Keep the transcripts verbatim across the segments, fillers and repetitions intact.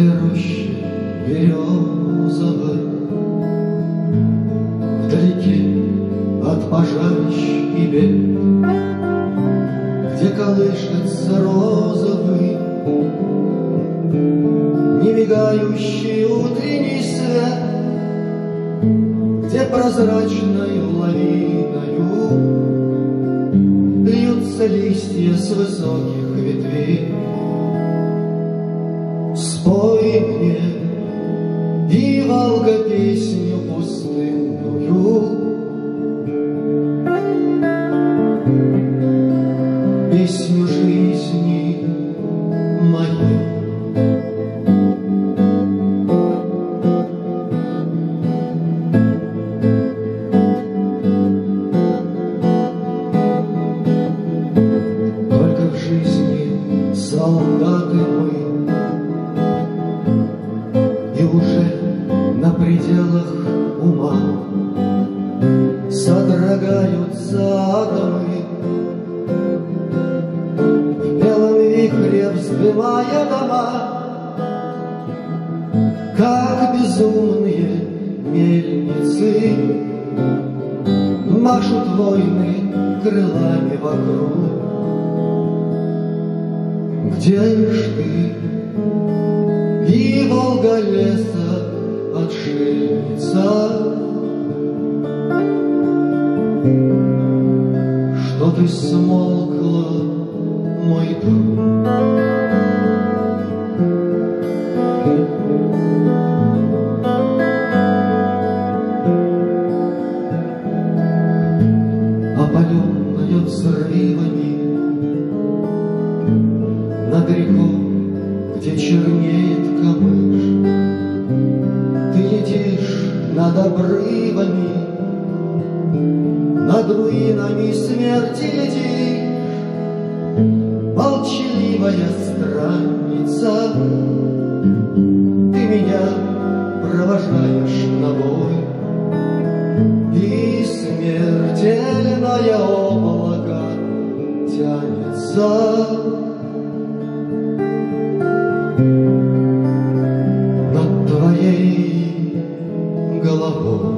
этой роще березовой, вдалеке от пожарищ и бед, где колышется розовый, немигающий утренний свет, где прозрачною лавиною льются листья с высоких ветвей. Спой мне, и Волга, песню пустынную, песню жизни моей. Только в жизни солдаты мы, и уже на пределах ума содрогаются атомы, в белом вихре вздымая дома, как безумные мельницы машут войны крылами вокруг. Где ж ты, и Волга леса отшельница, что ты смолкла, мой друг? Опаленная взрывами над рекой, где чернеет камыш, ты летишь над обрывами, над руинами смерти летишь, молчаливая странница, ты меня провожаешь на бой, и смертельное облако тянется над твоей головой.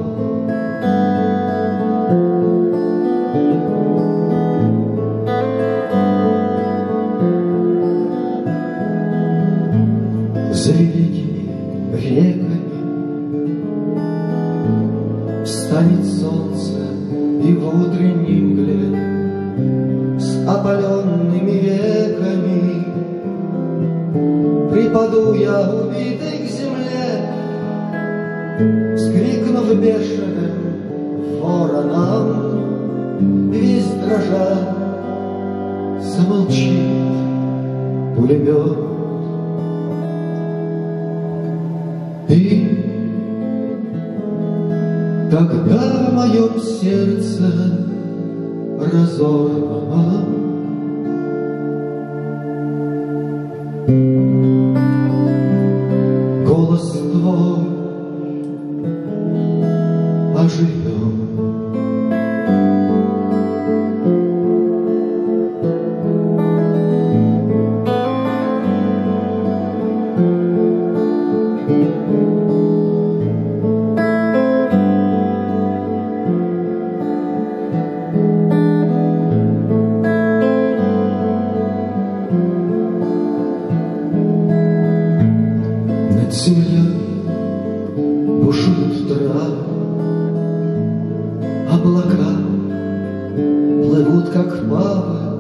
За великими реками встанет солнце, и в утренней мгле с опаленными веками припаду я, убитый к земле, вскрикнув бешеным вороном, весь дрожа замолчит пулемет. И тогда в моем сердце разорвано голос твой оживет. Над землей бушуют травы, облака плывут, как павы.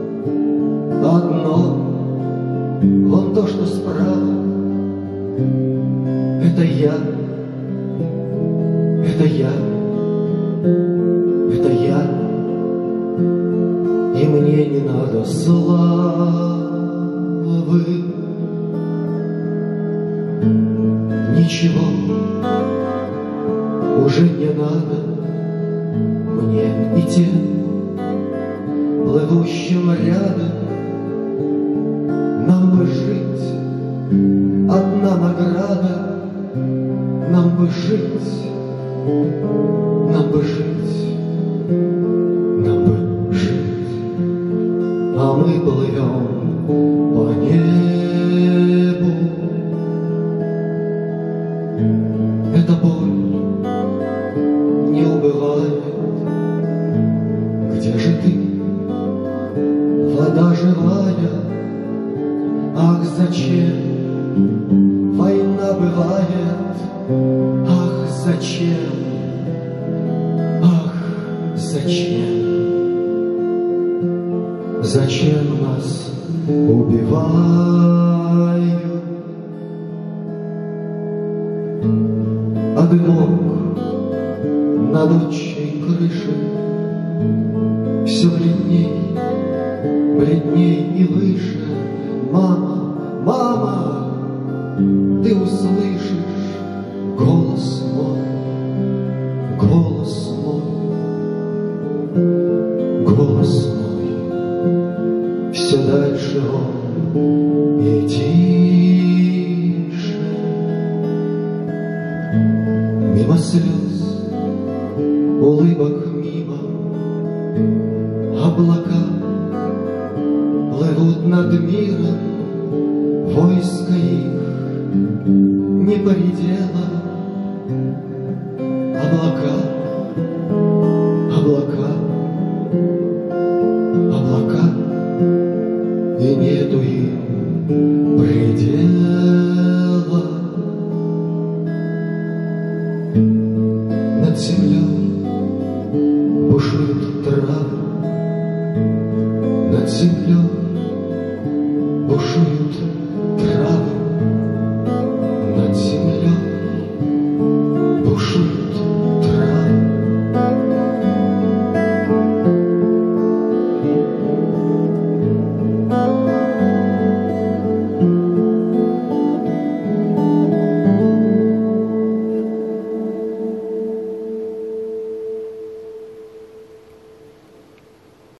Одно, вон то, что справа, это я, это я, это я, и мне не надо славы. Ничего уже не надо мне и тем, плывущим рядом. Нам бы жить, одна награда, нам бы жить, нам бы жить, нам бы жить, а мы плывем по небу. Ах, зачем война бывает? Ах, зачем? Ах, зачем? Зачем нас убивают? Огонек над отчей крышей все бледней, бледней и выше. Мама, мама, ты услышишь голос мой, голос мой, голос мой. Все дальше он и тише. Мимо слез, улыбок мимо, облака плывут над миром, войско их не поредело. Облака, облака, облака, и нету им предела. Над землей бушуют травы, над землей бушуют